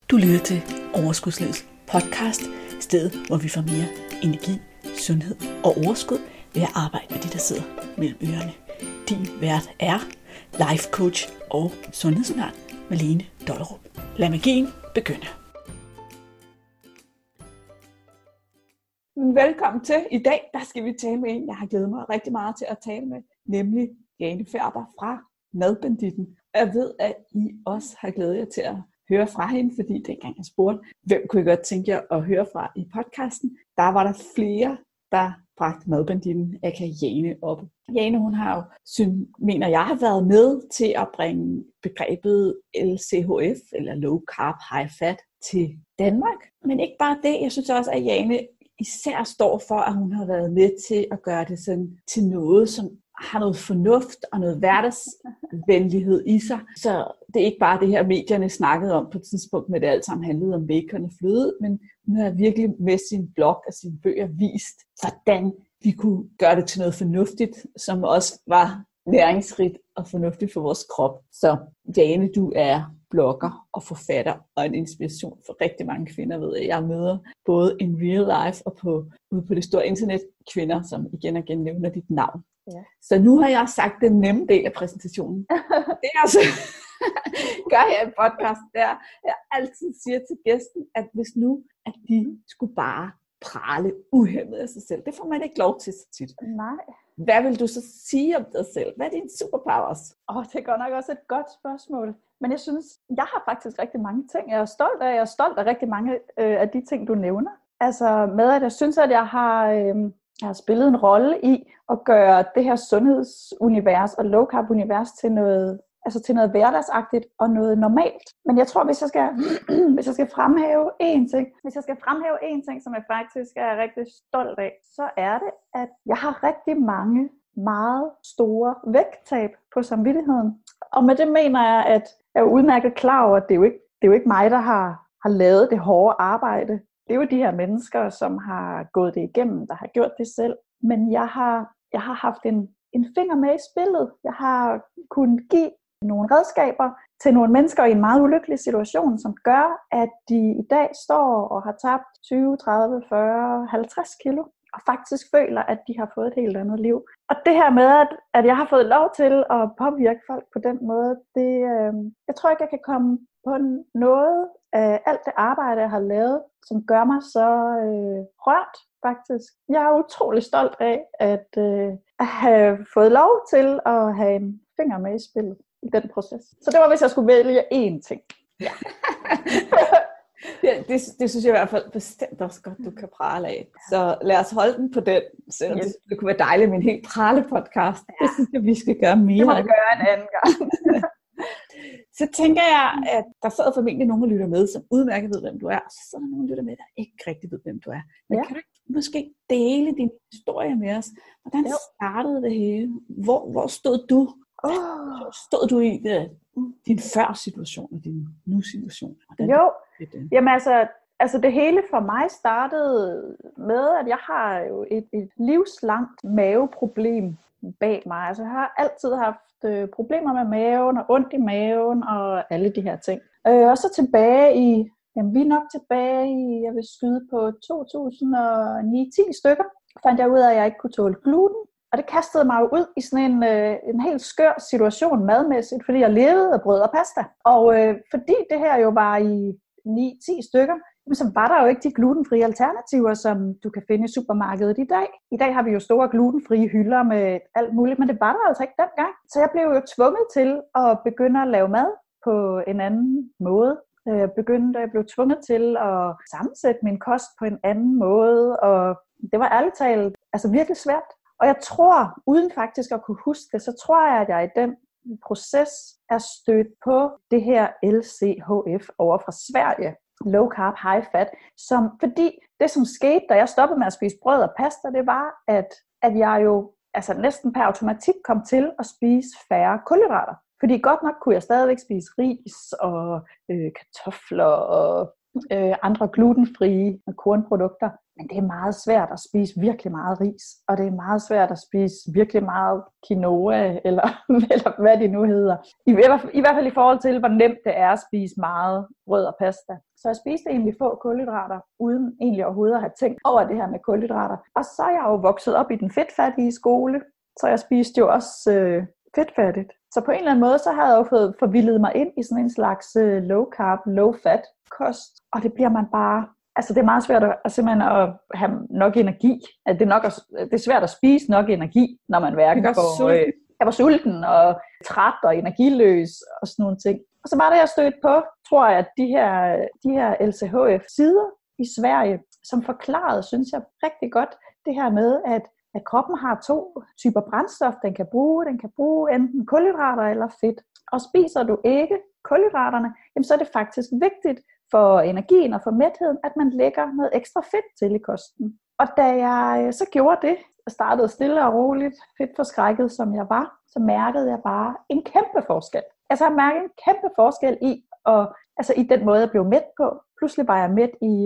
Du lytter til Overskudslivets podcast, stedet hvor vi får mere energi, sundhed og overskud ved at arbejde med de, der sidder mellem ørerne. Din vært er life coach og sundhedsundern Malene Dollerup. Lad magien begynde. Velkommen til. I dag der skal vi tale med en, jeg har glædet mig rigtig meget til at tale med, nemlig Jane Færber fra Madbanditten. Jeg ved, at I også har glædet jer til at høre fra hende, fordi dengang jeg spurgte, hvem kunne I godt tænke jer at høre fra i podcasten, der var der flere, der bragte Madbanditten, aka Jane, op. Jane, hun har jo, mener jeg, har været med til at bringe begrebet LCHF, eller Low Carb High Fat, til Danmark. Men ikke bare det, jeg synes også, at Jane især står for, at hun har været med til at gøre det sådan til noget, som har noget fornuft og noget hverdagsvenlighed i sig. Så det er ikke bare det her, medierne snakkede om på et tidspunkt, med det alt sammen handlede om bacon og fløde, men hun har virkelig med sin blog og sine bøger vist, hvordan vi kunne gøre det til noget fornuftigt, som også var næringsrigt og fornuftigt for vores krop. Så Jane, du er blogger og forfatter og en inspiration for rigtig mange kvinder, ved jeg møder både in real life og ude på det store internet kvinder, som igen og igen nævner dit navn. Ja. Så nu har jeg sagt den nemme del af præsentationen. Det er altså gør jeg i podcast, der jeg altid siger til gæsten, at hvis nu at de skulle bare prale uhæmmet af sig selv, det får man ikke lov til så tit. Nej. Hvad vil du så sige om dig selv? Hvad er dine superpowers? Det er godt nok også et godt spørgsmål. Men jeg synes, jeg har faktisk rigtig mange ting, jeg er stolt af. Jeg er stolt af rigtig mange af de ting, du nævner. Altså med, at jeg synes, at jeg har spillet en rolle i at gøre det her sundhedsunivers og low carb univers til noget hverdagsagtigt og noget normalt. Men jeg tror, hvis jeg skal fremhæve én ting, som jeg faktisk er rigtig stolt af, så er det, at jeg har rigtig mange meget store vægttab på samvittigheden. Og med det mener jeg, at jeg er udmærket klar over, at det er jo ikke mig, der har lavet det hårde arbejde. Det er jo de her mennesker, som har gået det igennem, der har gjort det selv. Men jeg har haft en finger med i spillet. Jeg har kunnet give nogle redskaber til nogle mennesker i en meget ulykkelig situation, som gør, at de i dag står og har tabt 20, 30, 40, 50 kilo, og faktisk føler, at de har fået et helt andet liv. Og det her med, at jeg har fået lov til at påvirke folk på den måde, jeg tror ikke, jeg kan komme på noget af alt det arbejde, jeg har lavet, som gør mig så rørt, faktisk. Jeg er utrolig stolt af at have fået lov til at have en finger med i spillet i den proces. Så det var, hvis jeg skulle vælge én ting. Ja. Ja, det synes jeg i hvert fald bestemt også godt, du kan prale af. Så lad os holde den på den, selvom det kunne være dejligt med en helt prale-podcast. Ja. Det synes jeg, vi skal gøre mere. Det må vi gøre en anden gang. Så tænker jeg, at der sidder formentlig nogen, der lytter med, som udmærket ved, hvem du er, og så sidder der nogen, der lytter med, der ikke rigtig ved, hvem du er. Men kan du ikke måske dele din historie med os? Hvordan startede det hele? Hvor stod du? Stod du i din før-situation og din nu-situation? Jamen altså det hele for mig startede med, at jeg har jo et livslangt maveproblem bag mig. Altså jeg har altid haft problemer med maven og ondt i maven og alle de her ting. Og så vi er nok tilbage i, jeg vil skyde på 2009-10 stykker, fandt jeg ud af, at jeg ikke kunne tåle gluten. Og det kastede mig jo ud i sådan en helt skør situation madmæssigt, fordi jeg levede af brød og pasta. Og fordi det her jo var i 9-10 stykker, så var der jo ikke de glutenfrie alternativer, som du kan finde i supermarkedet i dag. I dag har vi jo store glutenfrie hylder med alt muligt, men det var der altså ikke dengang. Så jeg blev jo tvunget til at begynde at lave mad på en anden måde. Jeg blev tvunget til at sammensætte min kost på en anden måde, og det var ærligt talt virkelig svært. Og jeg tror, uden faktisk at kunne huske det, så tror jeg, at jeg i den proces er stødt på det her LCHF over fra Sverige. Low Carb High Fat. Fordi det, som skete, da jeg stoppede med at spise brød og pasta, det var, at jeg jo næsten per automatik kom til at spise færre kulhydrater. Fordi godt nok kunne jeg stadigvæk spise ris og kartofler og andre glutenfrie kornprodukter. Men det er meget svært at spise virkelig meget ris, og det er meget svært at spise virkelig meget quinoa, eller hvad det nu hedder. I hvert fald i forhold til, hvor nemt det er at spise meget brød og pasta. Så jeg spiste egentlig få kulhydrater, uden egentlig overhovedet at have tænkt over det her med kulhydrater. Og så er jeg jo vokset op i den fedtfattige skole, så jeg spiste jo også fedtfattigt. Så på en eller anden måde, så havde jeg jo fået forvildet mig ind i sådan en slags low carb, low fat kost. Og det bliver man bare... Altså det er meget svært at simpelthen at have nok energi. Det er svært at spise nok energi, når man hverken var sulten og træt og energiløs og sådan nogle ting. Og så var det, jeg stødte på, tror jeg, at de her LCHF-sider i Sverige, som forklarede, synes jeg, rigtig godt det her med, at kroppen har 2 typer brændstof, den kan bruge enten kulhydrater eller fedt. Og spiser du ikke kulhydraterne, jamen så er det faktisk vigtigt for energien og for mætheden, at man lægger noget ekstra fedt til i kosten. Og da jeg så gjorde det, og startede stille og roligt, fedtforskrækket som jeg var, så mærkede jeg bare en kæmpe forskel. Altså jeg mærkede en kæmpe forskel i den måde, jeg blev mæt på. Pludselig var jeg mæt i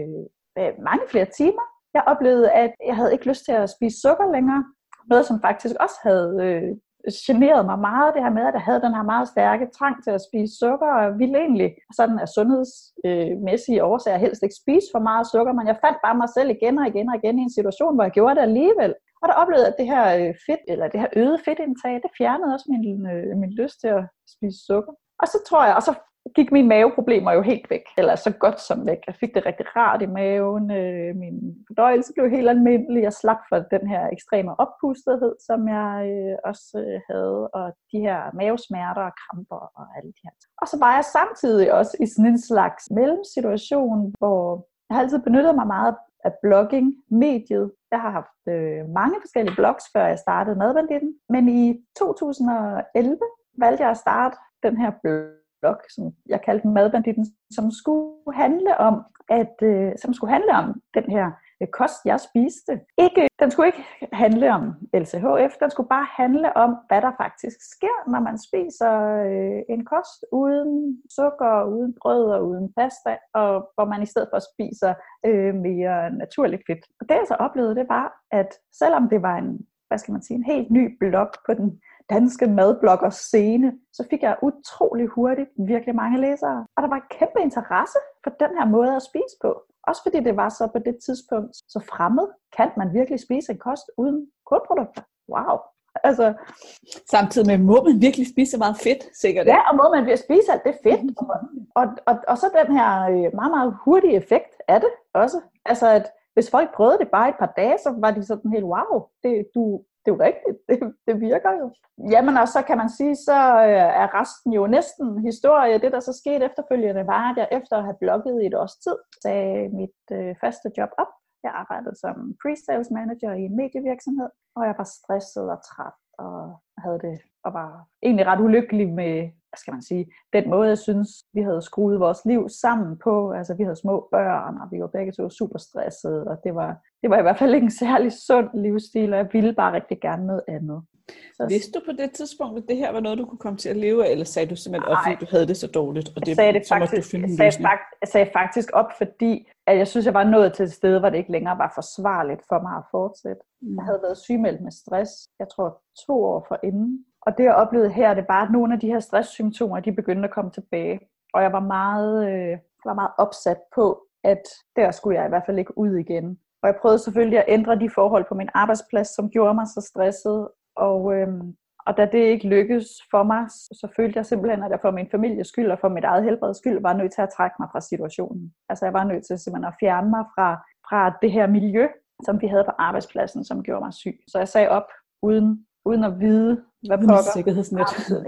mange flere timer. Jeg oplevede, at jeg havde ikke lyst til at spise sukker længere. Noget, som faktisk også havde generede mig meget, det her med, at jeg havde den her meget stærke trang til at spise sukker, og jeg ville egentlig sådan af sundhedsmæssige årsager helst ikke spise for meget sukker, men jeg fandt bare mig selv igen og igen i en situation, hvor jeg gjorde det alligevel. Og der oplevede jeg, at det her fedt, eller det her øgede fedtindtag, det fjernede også min lyst til at spise sukker. Og så tror jeg, og så gik mine maveproblemer jo helt væk, eller så godt som væk. Jeg fik det rigtig rart i maven, min fordøjelse blev helt almindelig, jeg slap for den her ekstreme oppustethed, som jeg også havde, og de her mavesmerter og kramper og alle de her. Og så var jeg samtidig også i sådan en slags mellemsituation, hvor jeg har altid benyttet mig meget af blogging-mediet. Jeg har haft mange forskellige blogs, før jeg startede Madbanditten, men i 2011 valgte jeg at starte den her blog, som jeg kaldte Madbanditten, som skulle handle om den her kost, jeg spiste. Den skulle ikke handle om LCHF, den skulle bare handle om, hvad der faktisk sker, når man spiser en kost uden sukker, uden brød og uden pasta, og hvor man i stedet for spiser mere naturligt fedt. Og det jeg så oplevede, det var, at selvom det var en helt ny blog på den danske madbloggers scene, så fik jeg utrolig hurtigt virkelig mange læsere. Og der var kæmpe interesse for den her måde at spise på. Også fordi det var så på det tidspunkt så fremmed, kan man virkelig spise en kost uden kornprodukter. Wow! Altså, samtidig med, må man virkelig spise så meget fedt, sikkert? Ja, og må man virkelig spise alt det fedt. Og så den her meget, meget hurtige effekt af det også. Altså, at hvis folk prøvede det bare et par dage, så var de sådan helt, wow, det er jo rigtigt, det virker jo. Jamen, og så kan man sige, så er resten jo næsten historie. Det, der så skete efterfølgende, var, at jeg efter at have blogget i et års tid, sagde mit faste job op. Jeg arbejdede som pre-sales manager i en medievirksomhed, og jeg var stresset og træt, og var egentlig ret ulykkelig med, den måde, jeg synes, vi havde skruet vores liv sammen på. Altså, vi havde små børn, og vi var begge to super stressede, og det var i hvert fald ikke en særlig sund livsstil, og jeg ville bare rigtig gerne noget andet. Vidste du på det tidspunkt, at det her var noget, du kunne komme til at leve af, eller sagde du simpelthen op, fordi du havde det så dårligt? Og jeg sagde faktisk op, fordi at jeg synes, jeg var nået til et sted, hvor det ikke længere var forsvarligt for mig at fortsætte. Jeg havde været sygemeldt med stress, jeg tror 2 år forinden. Og det jeg oplevede her, det var, at nogle af de her stresssymptomer, de begyndte at komme tilbage. Og jeg var meget opsat på, at der skulle jeg i hvert fald ikke ud igen. Og jeg prøvede selvfølgelig at ændre de forhold på min arbejdsplads, som gjorde mig så stresset. Og da det ikke lykkedes for mig, så følte jeg simpelthen, at jeg for min families skyld og for mit eget helbreds skyld var nødt til at trække mig fra situationen. Altså jeg var nødt til simpelthen at fjerne mig fra det her miljø, som vi havde på arbejdspladsen, som gjorde mig syg. Så jeg sagde op uden at vide, hvad pokker. Sikkerhedsnet.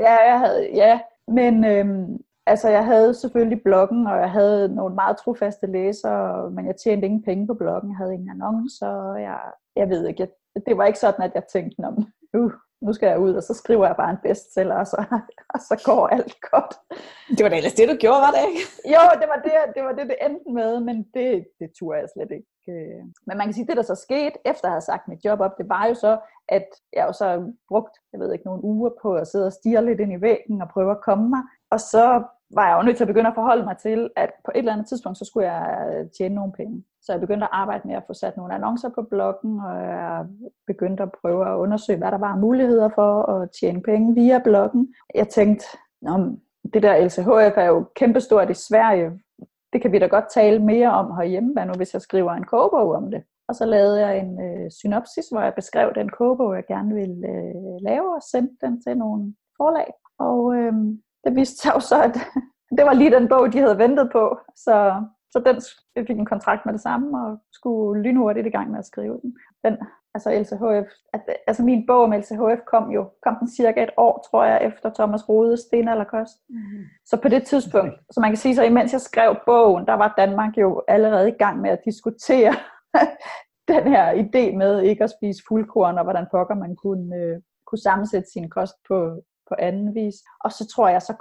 Men jeg havde selvfølgelig bloggen, og jeg havde nogle meget trofaste læsere, men jeg tjente ingen penge på bloggen, jeg havde ingen annoncer, jeg ved ikke, det var ikke sådan, at jeg tænkte, nu skal jeg ud, og så skriver jeg bare en bestseller, og så går alt godt. Det var da ellers det, du gjorde, var det ikke? Jo, det var det endte med, men det turde jeg slet ikke. Men man kan sige, det der så skete, efter jeg havde sagt mit job op, det var jo så, at jeg jo så brugt, nogle uger på at sidde og stirre lidt ind i væggen og prøve at komme mig. Og så var jeg jo nødt til at begynde at forholde mig til, at på et eller andet tidspunkt, så skulle jeg tjene nogle penge. Så jeg begyndte at arbejde med at få sat nogle annoncer på bloggen, og jeg begyndte at prøve at undersøge, hvad der var muligheder for at tjene penge via bloggen. Jeg tænkte, det der LCHF er jo kæmpestort i Sverige. Det kan vi da godt tale mere om herhjemme, hvad nu hvis jeg skriver en kogebog om det. Og så lavede jeg en synopsis, hvor jeg beskrev den kogebog, jeg gerne ville lave, og sendte den til nogle forlag. Og det viste sig jo så, at det var lige den bog, de havde ventet på. Så den fik en kontrakt med det samme, og skulle lynhurtigt i gang med at skrive den. Altså LCHF, min bog om LCHF kom den cirka et år, tror jeg, efter Thomas Rodes Stenalderkost. Mm-hmm. Så på det tidspunkt, så man kan sige, så imens jeg skrev bogen, der var Danmark jo allerede i gang med at diskutere den her idé med ikke at spise fuldkorn, og hvordan pokker man kunne sammensætte sin kost på anden vis. Og så tror jeg,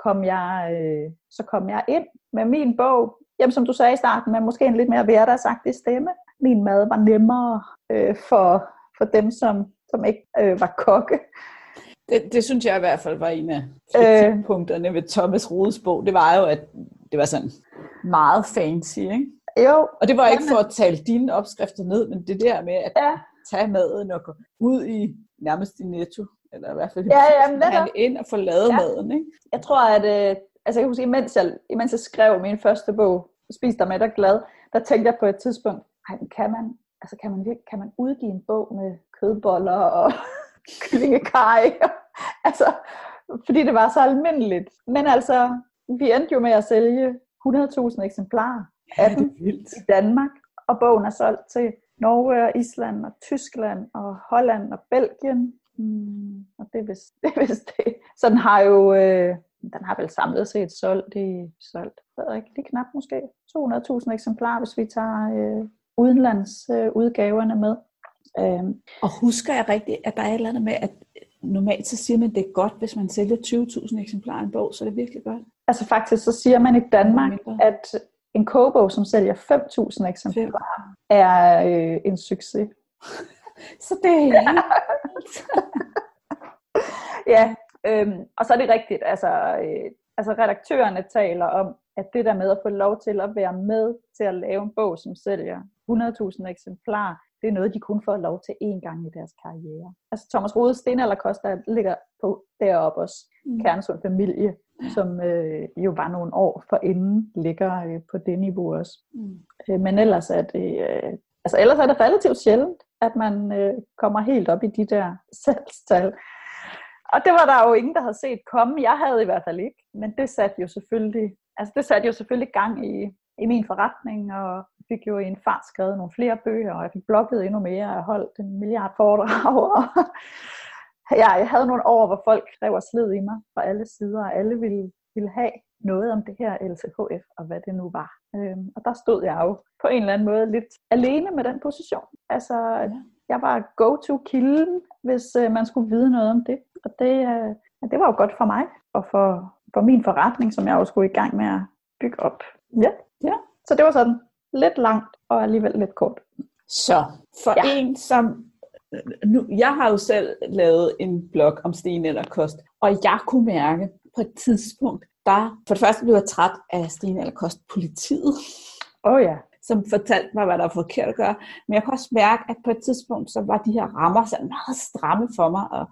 så kom jeg ind med min bog. Jamen, som du sagde i starten, med måske en lidt mere hverdagsagtig stemme. Min mad var nemmere for dem, som ikke var kokke. Det synes jeg i hvert fald var en af punkterne ved Thomas Rodes bog. Det var jo, at det var sådan meget fancy, ikke? Jo. Og det var ikke for at tale dine opskrifter ned, men det der med at tage maden og gå ud i nærmest i Netto, eller i hvert fald handle ind og få lavet maden, ikke? Jeg tror, at jeg kan huske, imens jeg skrev min første bog, Spis dig mæt og glad, der tænkte jeg på et tidspunkt, kan man udgive en bog med kødboller og kyllingekaj? Altså, fordi det var så almindeligt. Men altså, vi endte jo med at sælge 100.000 eksemplarer af den i Danmark, og bogen er solgt til Norge og Island og Tyskland og Holland og Belgien. Og det er vist det. Så den har jo, den har vel samlet set solgt, ved jeg ikke, lige knap måske 200.000 eksemplarer, hvis vi tager udenlandsudgaverne med. Og husker jeg rigtigt, at der er et eller andet med, at normalt så siger man, at det er godt, hvis man sælger 20.000 eksemplarer af en bog, så er det virkelig godt. Altså faktisk så siger man i Danmark, at en kogebog, som sælger 5.000 eksemplarer, er en succes. Så det er ja, og så er det rigtigt, altså redaktørerne taler om, at det der med at få lov til at være med til at lave en bog, som sælger 100.000 eksemplarer, det er noget, de kun får lov til én gang i deres karriere. Altså Thomas Rodes Stenalderkost, der ligger på deroppe også, Kernsund Familie, som jo var nogle år forinden, ligger på det niveau også. Men ellers er det relativt sjældent, at man kommer helt op i de der salgstal. Og det var der jo ingen, der havde set komme. Jeg havde i hvert fald ikke. Men det satte jo selvfølgelig gang i min forretning, og fik jo i en fart skrevet nogle flere bøger, og jeg fik blogget endnu mere, og holdt 1 milliard foredrag. Jeg havde nogle år, hvor folk rev og sled i mig fra alle sider, og alle ville have noget om det her LCHF, og hvad det nu var. Og der stod jeg jo på en eller anden måde lidt alene med den position. Altså, jeg var go-to-kilden, hvis man skulle vide noget om det. Og det var jo godt for mig, og for min forretning, som jeg jo skulle i gang med at bygge op. Ja. Så det var sådan lidt langt, og alligevel lidt kort. Så for en som... Nu, jeg har jo selv lavet en blog om stenalderkost, og jeg kunne mærke på et tidspunkt, der for det første blev jeg træt af stenalderkost-politiet. Som fortalte mig, hvad der var forkert at gøre. Men jeg kunne også mærke, at på et tidspunkt, så var de her rammer sådan meget stramme for mig. Og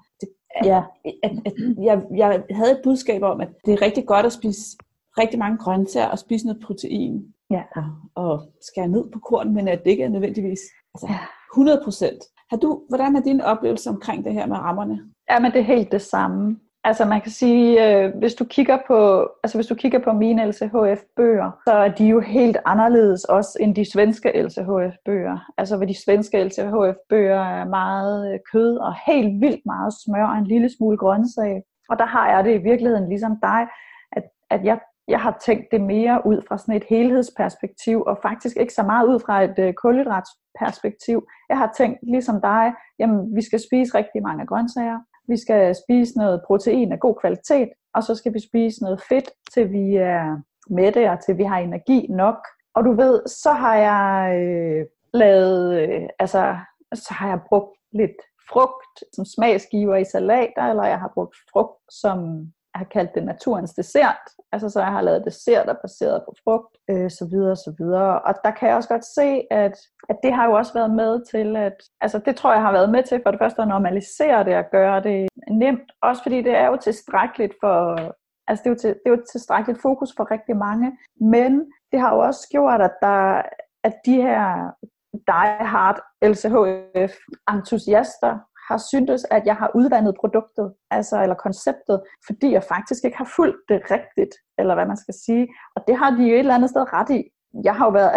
jeg havde et budskab om, at det er rigtig godt at spise rigtig mange grøntsager og spise noget protein. Ja. Og skære ned på korn, men at det ikke er nødvendigvis 100%. Hvordan er din oplevelse omkring det her med rammerne? Ja, men det er helt det samme. Altså man kan sige, hvis du kigger på mine LCHF-bøger, så er de jo helt anderledes også end de svenske LCHF-bøger. Altså hvor de svenske LCHF-bøger er meget kød og helt vildt meget smør og en lille smule grøntsag. Og der har jeg det i virkeligheden ligesom dig, at jeg har tænkt det mere ud fra sådan et helhedsperspektiv, og faktisk ikke så meget ud fra et kulhydratsperspektiv. Jeg har tænkt ligesom dig, jamen vi skal spise rigtig mange grøntsager, vi skal spise noget protein af god kvalitet, og så skal vi spise noget fedt, til vi er mætte, og til vi har energi nok. Og du ved, så har jeg så har jeg brugt lidt frugt som smagsgiver i salater, eller jeg har brugt frugt som har kaldt det naturens dessert. Altså så jeg har lavet desserter baseret på frugt, så videre, så videre. Og der kan jeg også godt se, at det har jo også været med til, at altså det tror jeg har været med til for det første at normalisere det og gøre det nemt. Også fordi det er jo tilstrækkeligt for, altså det er jo tilstrækkeligt fokus for rigtig mange. Men det har jo også gjort, at de her die-hard LCHF-entusiaster har syntes, at jeg har udvandet produktet, altså eller konceptet, fordi jeg faktisk ikke har fulgt det rigtigt, eller hvad man skal sige. Og det har de jo et eller andet sted ret i. Jeg har jo været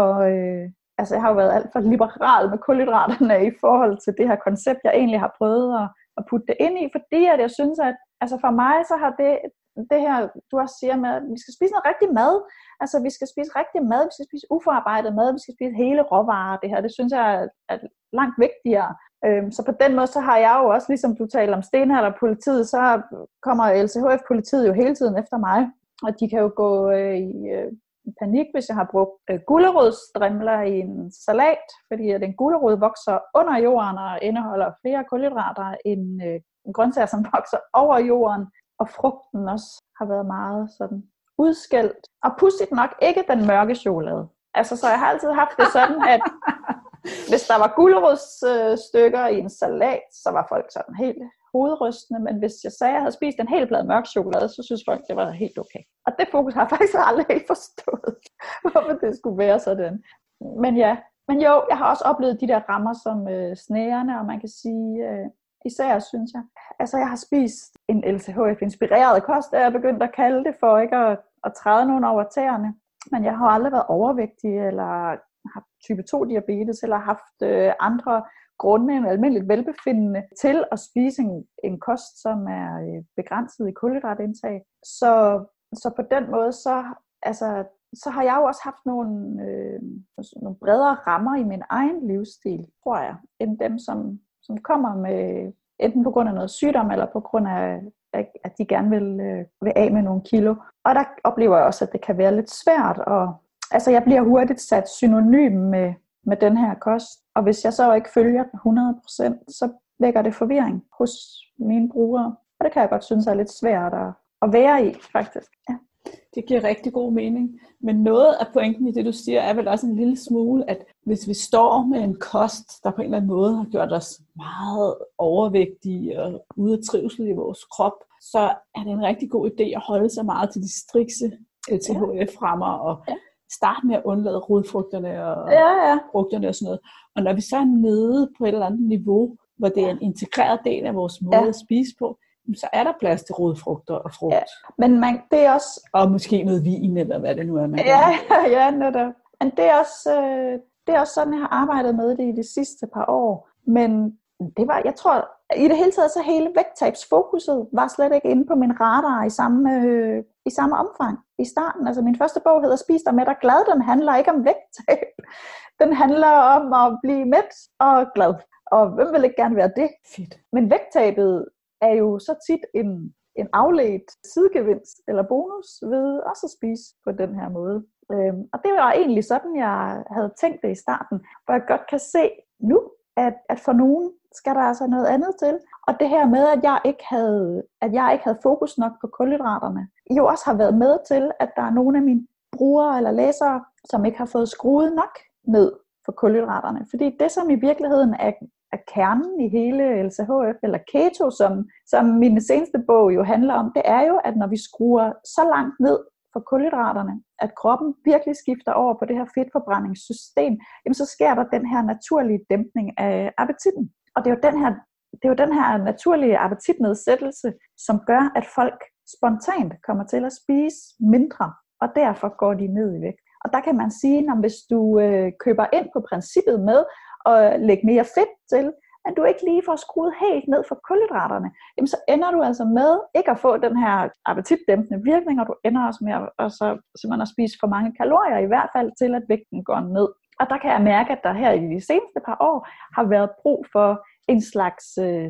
alt for liberal med kulhydraterne i forhold til det her koncept, jeg egentlig har prøvet at putte det ind i, fordi at jeg synes, at altså for mig så har det her, du også siger med, at vi skal spise noget rigtig mad. Altså vi skal spise rigtig mad, vi skal spise uforarbejdet mad, vi skal spise hele råvarer. Det her, det synes jeg er langt vigtigere. Så på den måde, så har jeg jo også, ligesom du taler om stenalderpolitiet, så kommer LCHF-politiet jo hele tiden efter mig. Og de kan jo gå i panik, hvis jeg har brugt gulerodsstrimler i en salat, fordi at en gulerod vokser under jorden og indeholder flere kulhydrater end en grøntsager, som vokser over jorden. Og frugten også har været meget sådan udskældt. Og pudsigt nok ikke den mørke chokolade. Altså, så jeg har altid haft det sådan, at hvis der var gulerodsstykker i en salat, så var folk sådan helt hovedrystende. Men hvis jeg sagde, at jeg havde spist en hel plade mørk chokolade, så synes folk, det var helt okay. Og det fokus har jeg faktisk aldrig helt forstået, hvorfor det skulle være sådan. Men ja, jo, jeg har også oplevet de der rammer som snærende, og man kan sige... Især synes jeg. Altså jeg har spist en LCHF-inspireret kost, jeg er begyndt at kalde det, for ikke at træde nogen over tæerne. Men jeg har aldrig været overvægtig, eller haft type 2 diabetes, eller haft andre grunde end almindeligt velbefindende til at spise en kost, som er begrænset i kulhydratindtag. Så på den måde, så har jeg jo også haft nogle bredere rammer i min egen livsstil, tror jeg, end dem, som kommer med enten på grund af noget sygdom, eller på grund af, at de gerne vil af med nogle kilo. Og der oplever jeg også, at det kan være lidt svært. Og, altså jeg bliver hurtigt sat synonym med den her kost. Og hvis jeg så ikke følger den 100%, så vækker det forvirring hos mine brugere. Og det kan jeg godt synes er lidt svært at være i, faktisk. Ja. Det giver rigtig god mening. Men noget af pointen i det, du siger, er vel også en lille smule, at hvis vi står med en kost, der på en eller anden måde har gjort os meget overvægtige og ude af trivsel i vores krop, så er det en rigtig god idé at holde sig meget til de strikse LCHF-rammer og starte med at undlade rodfrugterne og frugterne og sådan noget. Og når vi så er nede på et eller andet niveau, hvor det er en integreret del af vores måde at spise på, så er der plads til rodfrugter og frugt. Ja, men det er også... Og måske noget vin, eller hvad det nu er, man ja, netop. Men det er også sådan, jeg har arbejdet med det i de sidste par år. Men jeg tror, i det hele taget, så hele vægttabsfokuset var slet ikke inde på min radar i samme omfang i starten. Altså min første bog hedder Spis dig mæt og glad. Den handler ikke om vægttab. Den handler om at blive mæt og glad. Og hvem vil ikke gerne være det? Fedt. Men vægttabet er jo så tit en afledt sidegevinst eller bonus ved også at spise på den her måde. Og det var egentlig sådan, jeg havde tænkt det i starten, hvor jeg godt kan se nu, at for nogen skal der altså noget andet til. Og det her med, at jeg ikke havde fokus nok på kulhydraterne, jo også har været med til, at der er nogle af mine brugere eller læsere, som ikke har fået skruet nok ned for kulhydraterne. Fordi det, som i virkeligheden er kernen i hele LCHF, eller keto, som min seneste bog jo handler om, det er jo, at når vi skruer så langt ned for kulhydraterne, at kroppen virkelig skifter over på det her fedtforbrændingssystem, jamen så sker der den her naturlige dæmpning af appetitten. Og det er jo den her naturlige appetitnedsættelse, som gør, at folk spontant kommer til at spise mindre, og derfor går de ned i vægt. Og der kan man sige, at hvis du køber ind på princippet med at lægge mere fedt til, at du ikke lige får skruet helt ned for kulhydraterne, jamen så ender du altså med ikke at få den her appetitdæmpende virkning, og du ender også med at spise for mange kalorier, i hvert fald til, at vægten går ned. Og der kan jeg mærke, at der her i de seneste par år har været brug for en slags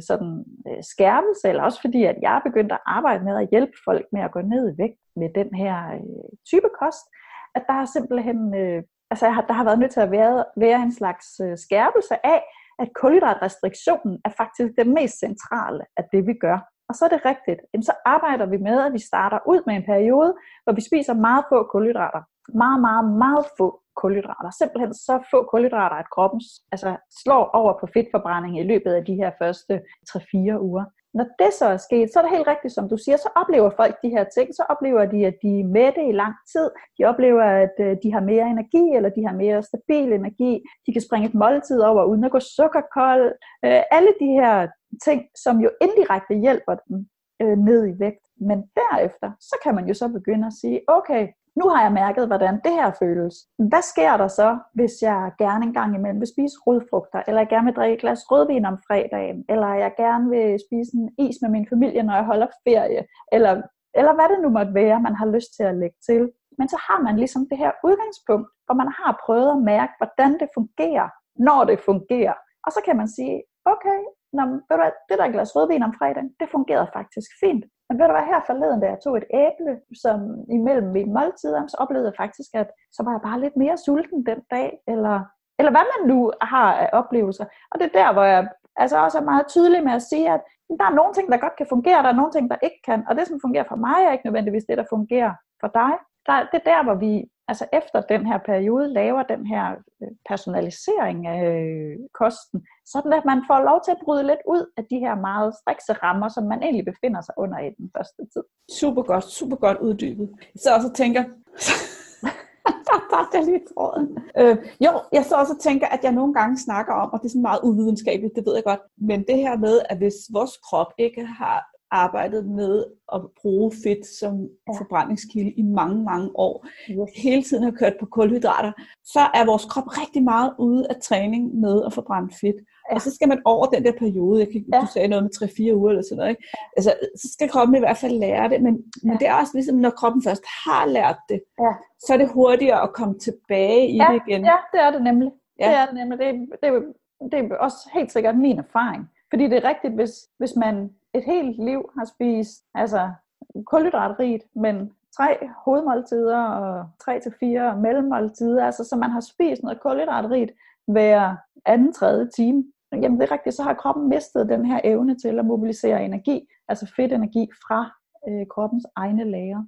skærpelse, eller også fordi, at jeg er begyndt at arbejde med at hjælpe folk med at gå ned i vægt med den her type kost, at der har simpelthen, der har været nødt til at være en slags skærpelse af, at kulhydratrestriktionen er faktisk det mest centrale af det, vi gør. Og så er det rigtigt. Jamen, så arbejder vi med, at vi starter ud med en periode, hvor vi spiser meget få kulhydrater. Meget, meget, meget få kulhydrater. Simpelthen så få kulhydrater, at kroppen slår over på fedtforbrænding i løbet af de her første 3-4 uger. Når det så er sket, så er det helt rigtigt, som du siger, så oplever folk de her ting, så oplever de, at de er mætte i lang tid, de oplever, at de har mere energi, eller de har mere stabil energi, de kan springe et måltid over, uden at gå sukkerkold, alle de her ting, som jo indirekte hjælper dem ned i vægt. Men derefter, så kan man jo så begynde at sige, okay, nu har jeg mærket, hvordan det her føles. Hvad sker der så, hvis jeg gerne en gang imellem vil spise rodfrugter, eller jeg gerne vil drikke et glas rødvin om fredagen, eller jeg gerne vil spise en is med min familie, når jeg holder ferie, eller hvad det nu måtte være, man har lyst til at lægge til. Men så har man ligesom det her udgangspunkt, hvor man har prøvet at mærke, hvordan det fungerer, når det fungerer. Og så kan man sige, okay, det der glas rødvin om fredagen, det fungerede faktisk fint. Men ved du hvad, her forleden, da jeg tog et æble som imellem mine måltider, så oplevede jeg faktisk, at så var jeg bare lidt mere sulten den dag, eller hvad man nu har af oplevelser. Og det er der, hvor jeg også er meget tydelig med at sige, at der er nogle ting, der godt kan fungere, der er nogle ting, der ikke kan. Og det, som fungerer for mig, er ikke nødvendigvis det, der fungerer for dig. Det er der, hvor vi efter den her periode laver den her personalisering af kosten, sådan at man får lov til at bryde lidt ud af de her meget strikse rammer, som man egentlig befinder sig under i den første tid. Super godt uddybet. Så også tænker, der er lige tråden. Jeg så også tænker, at jeg nogle gange snakker om, og det er sådan meget uvidenskabeligt, det ved jeg godt, men det her med, at hvis vores krop ikke har arbejdet med at bruge fedt som forbrændingskilde i mange, mange år, hele tiden har kørt på kulhydrater, så er vores krop rigtig meget ude af træning med at forbrænde fedt. Og så skal man over den der periode, du sagde noget med 3-4 uger eller sådan noget, ikke? Altså, så skal kroppen i hvert fald lære det, men det er også ligesom, når kroppen først har lært det, så er det hurtigere at komme tilbage i det igen. Ja, det er det nemlig. Det er det nemlig. Det er også helt sikkert min erfaring. Fordi det er rigtigt, hvis man et helt liv har spist kulhydratrigt, men 3 hovedmåltider og 3-4 mellemmåltider, så man har spist noget kulhydratrigt hver 2-3 time. Jamen det er rigtigt, så har kroppen mistet den her evne til at mobilisere energi, altså fedtenergi fra kroppens egne lagre.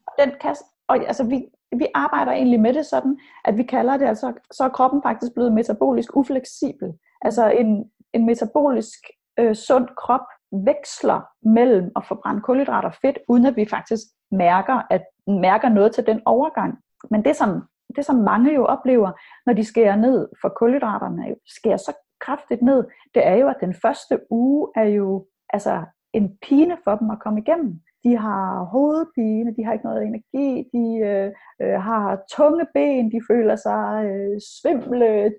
Vi arbejder egentlig med det sådan, at vi kalder det, så er kroppen faktisk blevet metabolisk ufleksibel. Altså en metabolisk sund krop veksler mellem at forbrænde kulhydrater og fedt, uden at vi faktisk mærker noget til den overgang. Men det som mange jo oplever, når de skærer ned for kulhydraterne, skærer så kraftigt ned, det er jo, at den første uge er jo en pine for dem at komme igennem. De har hovedpine, de har ikke noget energi, de har tunge ben, de føler sig svimle,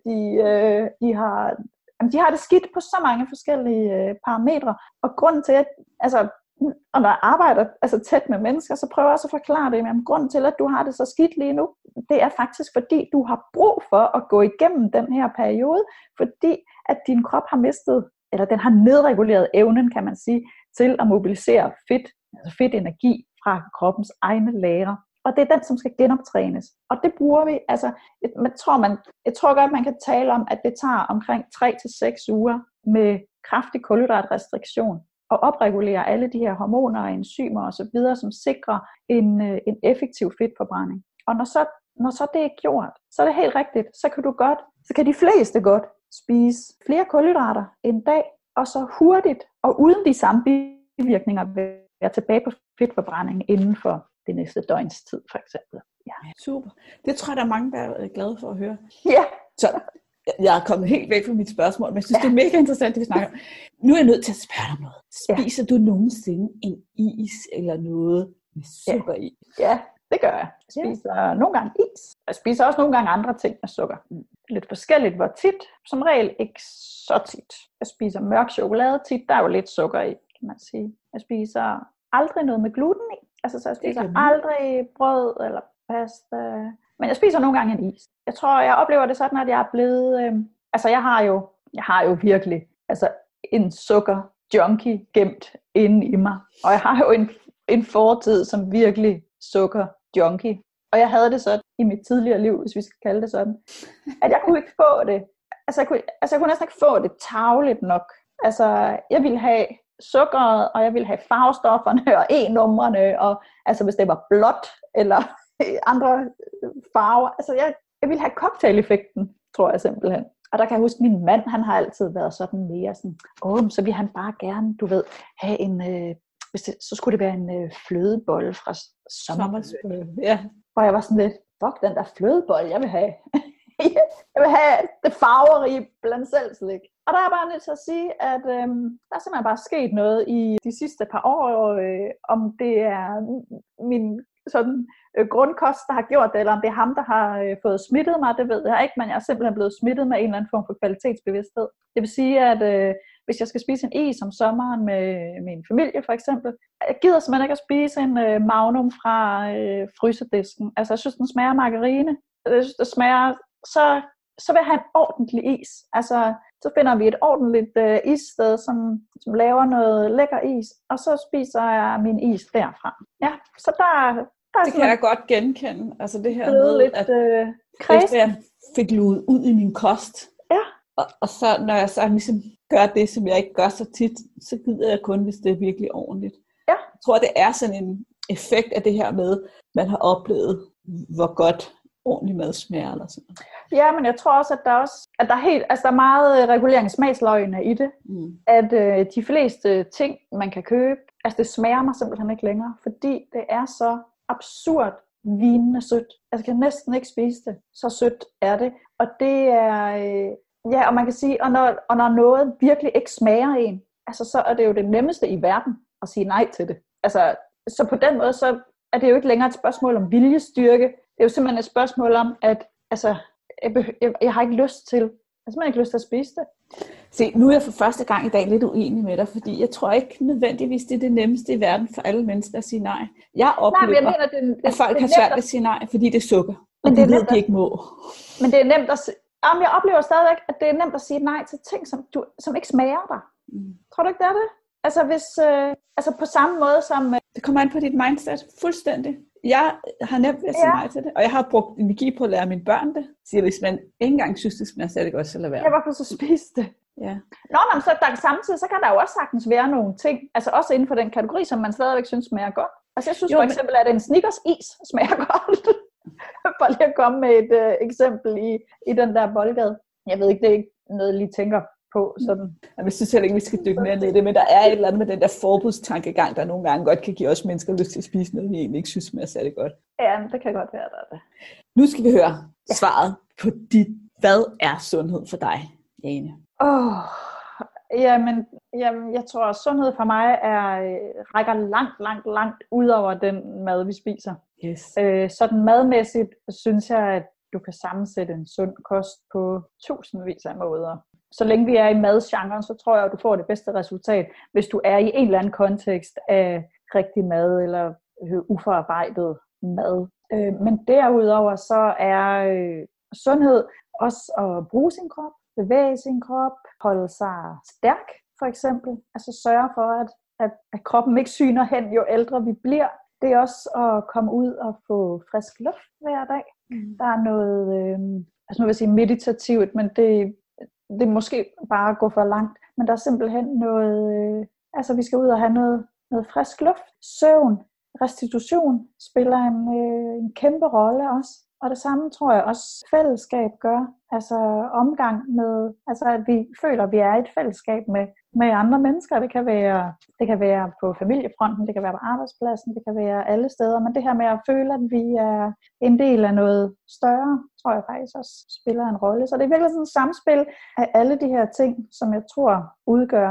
de har det skidt på så mange forskellige parametre. Og grunden til, at og når jeg arbejder tæt med mennesker, så prøver jeg også at forklare det, men grunden til, at du har det så skidt lige nu, det er faktisk fordi, du har brug for at gå igennem den her periode, fordi at din krop har mistet, eller den har nedreguleret evnen, kan man sige, til at mobilisere fedtenergi fra kroppens egne lagre. Og det er den, som skal genoptrænes. Og det bruger vi, jeg tror godt, man kan tale om, at det tager omkring 3-6 uger med kraftig kulhydratrestriktion og opregulere alle de her hormoner og enzymer osv., som sikrer en effektiv fedtforbrænding. Og når så det er gjort, så er det helt rigtigt, så kan de fleste godt spise flere kulhydrater en dag, og så hurtigt og uden de samme bivirkninger være tilbage på fedtforbrænding inden for det næste døgns tid, for eksempel. Ja. Super. Det tror jeg, der er mange, der er glade for at høre. Ja. Så jeg er kommet helt væk fra mit spørgsmål, men jeg synes, det er mega interessant, det vi snakker om. Nu er jeg nødt til at spørge dig om noget. Spiser du nogensinde en is eller noget med sukker i? Ja, det gør jeg. Jeg spiser nogle gange is. Jeg spiser også nogle gange andre ting med sukker. Lidt forskelligt, hvor tit. Som regel ikke så tit. Jeg spiser mørk chokolade tit. Der er jo lidt sukker i, kan man sige. Jeg spiser aldrig noget med gluten i. Så jeg spiser aldrig brød eller pasta. Men jeg spiser nogle gange en is. Jeg tror, jeg oplever det sådan, at jeg er blevet... jeg har jo virkelig en sukker-junkie gemt inde i mig. Og jeg har jo en fortid som virkelig sukker-junkie. Og jeg havde det sådan i mit tidligere liv, hvis vi skal kalde det sådan, at jeg kunne ikke få det. Jeg kunne næsten ikke få det tarveligt nok. Jeg ville have sukkeret, og jeg ville have farvestofferne og E-numrene, og altså hvis det var blåt eller andre farver. Altså jeg ville have cocktail-effekten, tror jeg simpelthen. Og der kan jeg huske, min mand, han har altid været sådan mere sådan, så vil han bare gerne, du ved, have en, så skulle det være en flødebolle fra sommerspil. Ja. Og jeg var sådan lidt, fuck den der flødebolle, jeg vil have. Jeg vil have det farverige blandt selv slik. Og der er bare nødt til at sige, at der er simpelthen bare sket noget i de sidste par år, om det er min sådan grundkost, der har gjort det, eller om det er ham, der har fået smittet mig, det ved jeg ikke, men jeg er simpelthen blevet smittet med en eller anden form for kvalitetsbevidsthed. Det vil sige, at hvis jeg skal spise en is om sommeren med min familie for eksempel, jeg gider simpelthen ikke at spise en Magnum fra frysedisken. Altså jeg synes, den smager af margarine. Jeg synes, det smager, så vil jeg have en ordentlig is. Altså så finder vi et ordentligt issted, som laver noget lækker is, og så spiser jeg min is derfra. Ja, så der det kan jeg godt genkende. Altså det her med, lidt, at efter jeg fik luet ud i min kost, ja. og så når jeg så ligesom gør det, som jeg ikke gør så tit, så gider jeg kun, hvis det er virkelig ordentligt. Ja. Jeg tror, det er sådan en effekt af det her med, man har oplevet, hvor godt ordentlig mad smager eller sådan noget. Ja, men jeg tror også, at der er meget regulering smagsløgene i det. At de fleste ting, man kan købe, altså det smager mig simpelthen ikke længere, fordi det er så absurd vinende sødt. Altså jeg kan næsten ikke spise det. Så sødt er det. Og det er, ja, og man kan sige, og når noget virkelig ikke smager en, altså så er det jo det nemmeste i verden at sige nej til det. Altså, så på den måde, så er det jo ikke længere et spørgsmål om viljestyrke. Det er jo simpelthen et spørgsmål om, at altså, jeg har ikke lyst til, at spise det. Se, nu er jeg for første gang i dag lidt uenig med dig, fordi jeg tror ikke nødvendigvis, det er det nemmeste i verden for alle mennesker at sige nej. Jeg oplever, at folk har svært ved at sige nej, fordi det er sukker, og de ved, de ikke må. Men det er nemt at jeg oplever stadigvæk, at det er nemt at sige nej til ting, som ikke smager dig. Tror du ikke, det er det? Altså på samme måde som... Det kommer an på dit mindset, fuldstændig. Jeg har nemt ved at sige nej til det, og jeg har brugt energi på at lære mine børn det. Så hvis man ikke engang synes, det smager særlig godt, så lad være. Ja, hvorfor så spise det? Ja. Men så samtidig, så kan der jo også sagtens være nogle ting, altså også inden for den kategori, som man stadigvæk synes smager godt. Altså jeg synes for eksempel, at en Snickers is smager godt. For lige at komme med et eksempel i den der boldgade. Jeg ved ikke, det er ikke noget, jeg lige tænker på. Sådan. Jeg synes heller ikke, vi skal dykke mere ned i det, men der er et eller andet med den der forbudstankegang, der nogle gange godt kan give os mennesker lyst til at spise noget, vi egentlig ikke synes smager særlig godt. Ja, det kan godt være, der er det. Nu skal vi høre svaret på hvad er sundhed for dig, Jane? Jamen, jeg tror, at sundhed for mig rækker langt ud over den mad, vi spiser. Yes. Sådan madmæssigt synes jeg, at du kan sammensætte en sund kost på tusindvis af måder. Så længe vi er i madgenren, så tror jeg, at du får det bedste resultat, hvis du er i en eller anden kontekst af rigtig mad eller uforarbejdet mad. Men derudover så er sundhed også at bruge sin krop, bevæge sin krop, holde sig stærk for eksempel. Altså sørge for, at kroppen ikke syner hen, jo ældre vi bliver. Det er også at komme ud og få frisk luft hver dag. Der er noget, nu vil jeg sige meditativt, men det er måske bare at gå for langt. Men der er simpelthen noget, vi skal ud og have noget frisk luft. Søvn, restitution spiller en kæmpe rolle også. Og det samme tror jeg også fællesskab gør. Altså omgang med, at vi føler, at vi er i et fællesskab med andre mennesker. Det kan være på familiefronten, det kan være på arbejdspladsen, det kan være alle steder. Men det her med at føle, at vi er en del af noget større, tror jeg faktisk også spiller en rolle. Så det er virkelig sådan et samspil af alle de her ting, som jeg tror udgør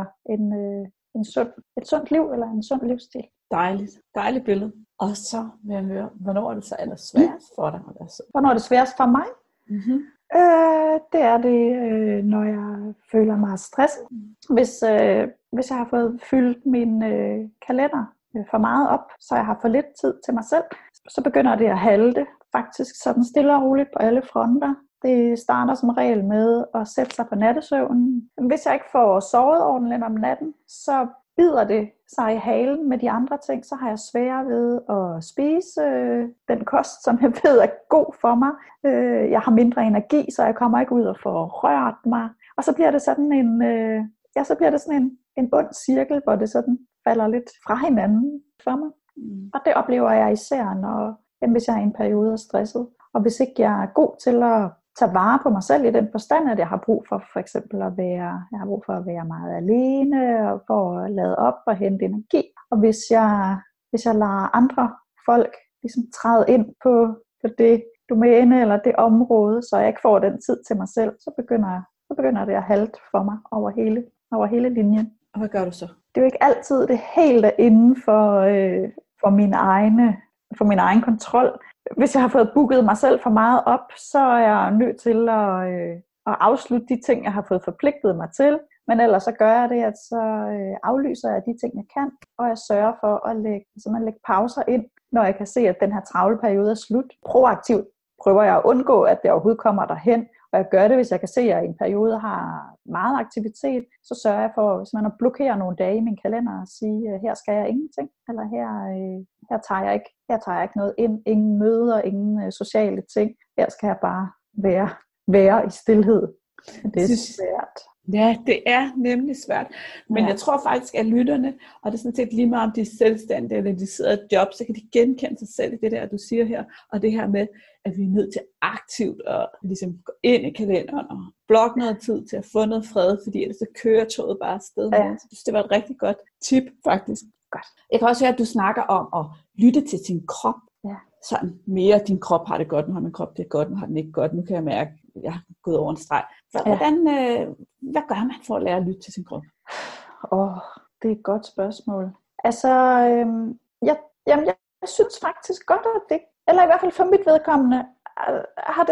et sundt liv eller en sund livsstil. Dejligt billede. Og så vil jeg høre, hvornår er det så allersværest for dig at være sund? Hvornår er det sværest for mig? Mm-hmm. Det er det, når jeg føler mig stresset. Hvis jeg har fået fyldt min kalender for meget op, så jeg har for lidt tid til mig selv, så begynder det at halte faktisk sådan stille og roligt på alle fronter. Det starter som regel med at sætte sig på nattesøvnen. Hvis jeg ikke får sovet ordentligt om natten, så bider det sig i halen med de andre ting, så har jeg sværere ved at spise den kost, som jeg ved er god for mig. Jeg har mindre energi, så jeg kommer ikke ud og får rørt mig. Og så bliver det sådan en ond cirkel, hvor det sådan falder lidt fra hinanden for mig. Og det oplever jeg især, hvis jeg er i en periode er stresset. Og hvis ikke jeg er god til at tage vare på mig selv i den forstand, at jeg har brug for eksempel at være meget alene, og for at lade op og hente energi. Og hvis jeg lader andre folk ligesom træde ind på det domæne eller det område, så jeg ikke får den tid til mig selv, så begynder det at halte for mig over hele linjen. Og hvad gør du så? Det er jo ikke altid det helt er inden for min egen kontrol. Hvis jeg har fået booket mig selv for meget op, så er jeg nødt til at afslutte de ting, jeg har fået forpligtet mig til. Men ellers så gør jeg det, at så aflyser jeg de ting, jeg kan, og jeg sørger for at lægge pauser ind, når jeg kan se, at den her travle periode er slut. Proaktivt prøver jeg at undgå, at det overhovedet kommer derhen. Og jeg gør det, hvis jeg kan se, at jeg i en periode har meget aktivitet, så sørger jeg for, hvis man blokerer nogle dage i min kalender og sige, her skal jeg ingenting, eller her tager jeg ikke noget ind, ingen møder, ingen sociale ting. Her skal jeg bare være i stilhed. Det er svært. Ja, det er nemlig svært. Men jeg tror faktisk, at lytterne, og det er sådan set lige meget om de er selvstændige, eller de sidder i et job, så kan de genkende sig selv i det der, du siger her. Og det her med, at vi er nødt til aktivt at ligesom gå ind i kalenderen og blokke noget tid til at få noget fred, fordi ellers så kører toget bare afsted. Ja. Så det var et rigtig godt tip, faktisk. Godt. Jeg kan også høre, at du snakker om at lytte til sin krop. Ja. Sådan mere, din krop har det godt, nu har min krop det godt, nu har den ikke godt, nu kan jeg mærke, at jeg har gået over en streg. Så hvad gør man for at lære at lytte til sin krop? Det er et godt spørgsmål. Altså, jeg synes faktisk godt, at det, eller i hvert fald for mit vedkommende, har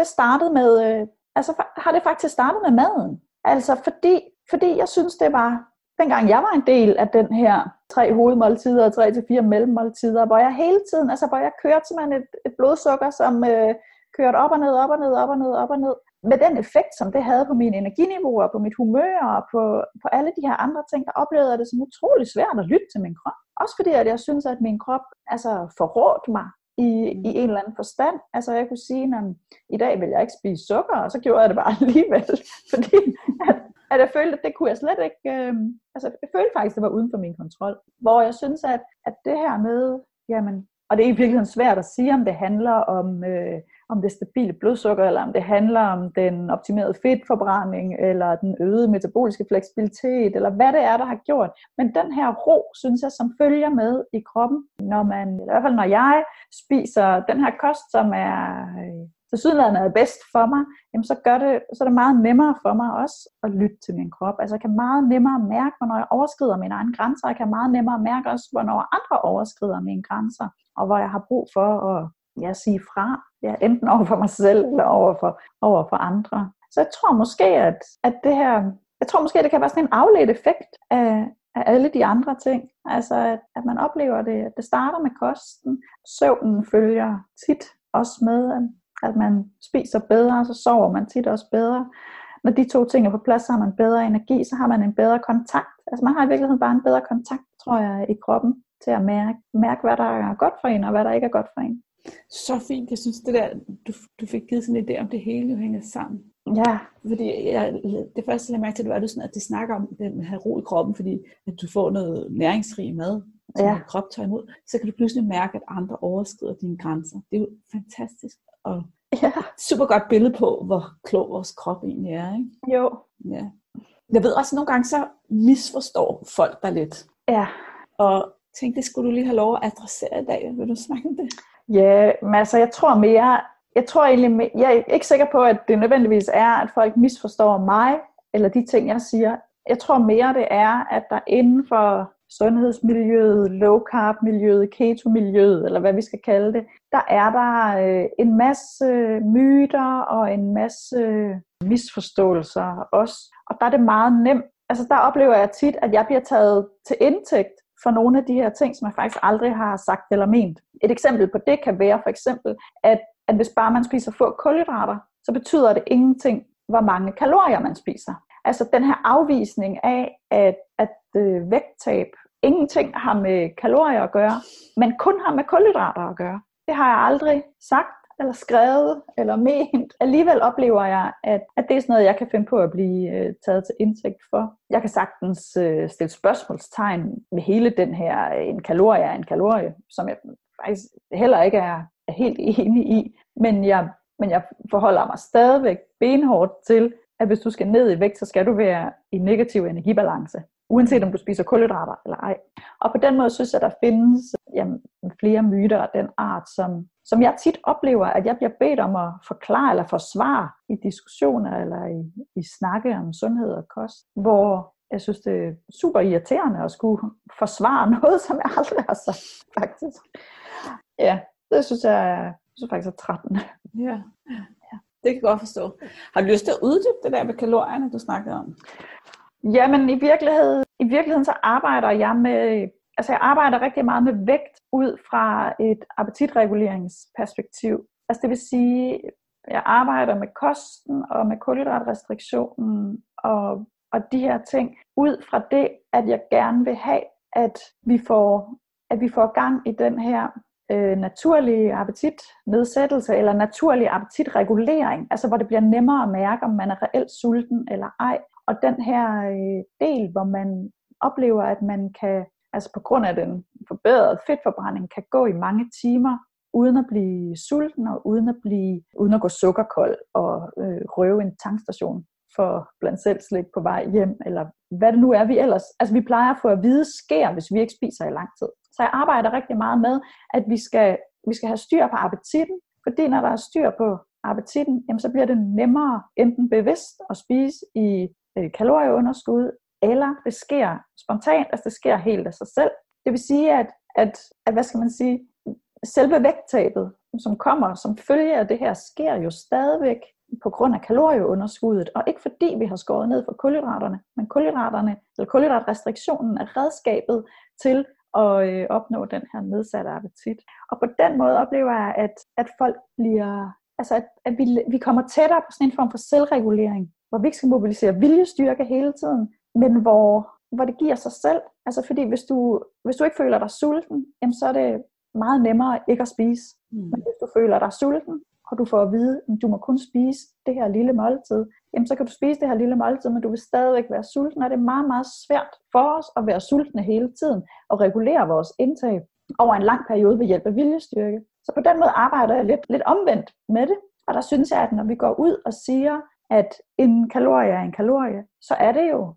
det faktisk startet med maden. Altså, fordi jeg synes, det var, dengang jeg var en del af den her 3 hovedmåltider og 3 til 4 mellemmåltider, hvor jeg hele tiden, altså hvor jeg kørte simpelthen et blodsukker, som kørte op og ned, op og ned, op og ned, op og ned. Med den effekt, som det havde på mine energiniveauer, på mit humør og på alle de her andre ting, der oplevede jeg det som utrolig svært at lytte til min krop. Også fordi, at jeg synes, at min krop forrådte mig i en eller anden forstand. Altså jeg kunne sige, at i dag vil jeg ikke spise sukker, og så gjorde jeg det bare alligevel. Fordi at jeg følte, at det kunne jeg slet ikke. Jeg følte faktisk, at det var uden for min kontrol. Hvor jeg synes, at det her med, jamen, og det er i virkeligheden svært at sige, om det handler om det stabile blodsukker, eller om det handler om den optimerede fedtforbrænding, eller den øgede metaboliske fleksibilitet, eller hvad det er, der har gjort. Men den her ro, synes jeg, som følger med i kroppen, i hvert fald når jeg spiser den her kost, som er tilsyneladende er bedst for mig, jamen så er det meget nemmere for mig også at lytte til min krop. Altså jeg kan meget nemmere mærke, hvornår jeg overskrider mine egne grænser, jeg kan meget nemmere mærke også, hvornår andre overskrider mine grænser, og hvor jeg har brug for at sige fra, enten over for mig selv, eller over for andre. Så jeg tror måske, at det kan være sådan en afledt effekt af alle de andre ting. Altså at man oplever det, at det starter med kosten. Søvnen følger tit også med, at man spiser bedre, så sover man tit også bedre. Når de 2 ting er på plads, så har man bedre energi, så har man en bedre kontakt. Altså man har i virkeligheden bare en bedre kontakt, tror jeg, i kroppen, til at mærke, hvad der er godt for en, og hvad der ikke er godt for en. Så fint. Jeg synes, det der, du fik givet sådan en idé om, det hele hænger sammen. Ja. Fordi det første, jeg mærke til, det var, at de snakker om den her ro i kroppen, fordi at du får noget næringsrig mad, som din krop tager imod, så kan du pludselig mærke, at andre overskrider dine grænser. Det er jo fantastisk. Og super godt billede på, hvor klog vores krop egentlig er, ikke? Jo. Ja. Jeg ved også, at nogle gange så misforstår folk dig lidt. Ja. Og tænkte, det skulle du lige have lov at adressere i dag. Vil du snakke om det? Ja, men altså jeg er ikke sikker på, at det nødvendigvis er, at folk misforstår mig, eller de ting, jeg siger. Jeg tror mere, det er, at der inden for sundhedsmiljøet, low carb miljøet, keto-miljøet, eller hvad vi skal kalde det, der er der en masse myter og en masse misforståelser også. Og der er det meget nemt. Altså der oplever jeg tit, at jeg bliver taget til indtægt for nogle af de her ting, som jeg faktisk aldrig har sagt eller ment. Et eksempel på det kan være for eksempel, at hvis bare man spiser få kulhydrater, så betyder det ingenting, hvor mange kalorier man spiser. Altså den her afvisning af, at vægttab ingenting har med kalorier at gøre, men kun har med kulhydrater at gøre. Det har jeg aldrig sagt, eller skrevet, eller ment. Alligevel oplever jeg, at det er sådan noget, jeg kan finde på at blive taget til indtægt for. Jeg kan sagtens stille spørgsmålstegn ved hele den her, en kalorie er en kalorie, som jeg faktisk heller ikke er helt enig i. Men jeg forholder mig stadigvæk benhårdt til, at hvis du skal ned i vægt, så skal du være i negativ energibalance. Uanset om du spiser kulhydrater eller ej. Og på den måde synes jeg, der findes flere myter af den art, som jeg tit oplever, at jeg bliver bedt om at forklare eller forsvare i diskussioner eller i snakke om sundhed og kost, hvor jeg synes, det er super irriterende at skulle forsvare noget, som jeg aldrig har sagt, faktisk. Ja, det synes jeg faktisk er trættende. Ja. Det kan jeg godt forstå. Har du lyst til at uddybe det der med kalorierne, du snakkede om? Jamen i virkeligheden så arbejder jeg med, jeg arbejder rigtig meget med vægt ud fra et appetitreguleringsperspektiv. Altså det vil sige, jeg arbejder med kosten og med kulhydratrestriktionen og de her ting ud fra det, at jeg gerne vil have, at vi får gang i den her naturlig appetitnedsættelse eller naturlig appetitregulering, altså hvor det bliver nemmere at mærke, om man er reelt sulten eller ej. Og den her del, hvor man oplever, at man kan, altså på grund af den forbedrede fedtforbrænding, kan gå i mange timer uden at blive sulten og uden at gå sukkerkold og røve en tankstation for blandt selv slik på vej hjem, eller hvad det nu er, vi ellers. Altså vi plejer at få at vide sker, hvis vi ikke spiser i lang tid. Så jeg arbejder rigtig meget med, at vi skal have styr på appetitten, fordi når der er styr på appetitten, jamen, så bliver det nemmere enten bevidst at spise i kalorieunderskud, eller det sker spontant, altså det sker helt af sig selv. Det vil sige, at hvad skal man sige, selve vægttabet, som kommer som følge af det her, sker jo stadigvæk på grund af kalorieunderskuddet, og ikke fordi vi har skåret ned for kulhydraterne, men kulhydratrestriktionen er redskabet til at opnå den her nedsatte appetit. Og på den måde oplever jeg, at folk bliver, altså at vi kommer tættere på sådan en form for selvregulering, hvor vi ikke skal mobilisere viljestyrke hele tiden, men hvor det giver sig selv. Altså fordi hvis du ikke føler dig sulten, jamen så er det meget nemmere ikke at spise. Men hvis du føler dig sulten, og du får at vide, at du må kun spise det her lille måltid, jamen så kan du spise det her lille måltid, men du vil stadigvæk være sulten, og det er meget, meget svært for os at være sultne hele tiden, og regulere vores indtag over en lang periode ved hjælp af viljestyrke. Så på den måde arbejder jeg lidt omvendt med det, og der synes jeg, at når vi går ud og siger, at en kalorie er en kalorie, så er det jo,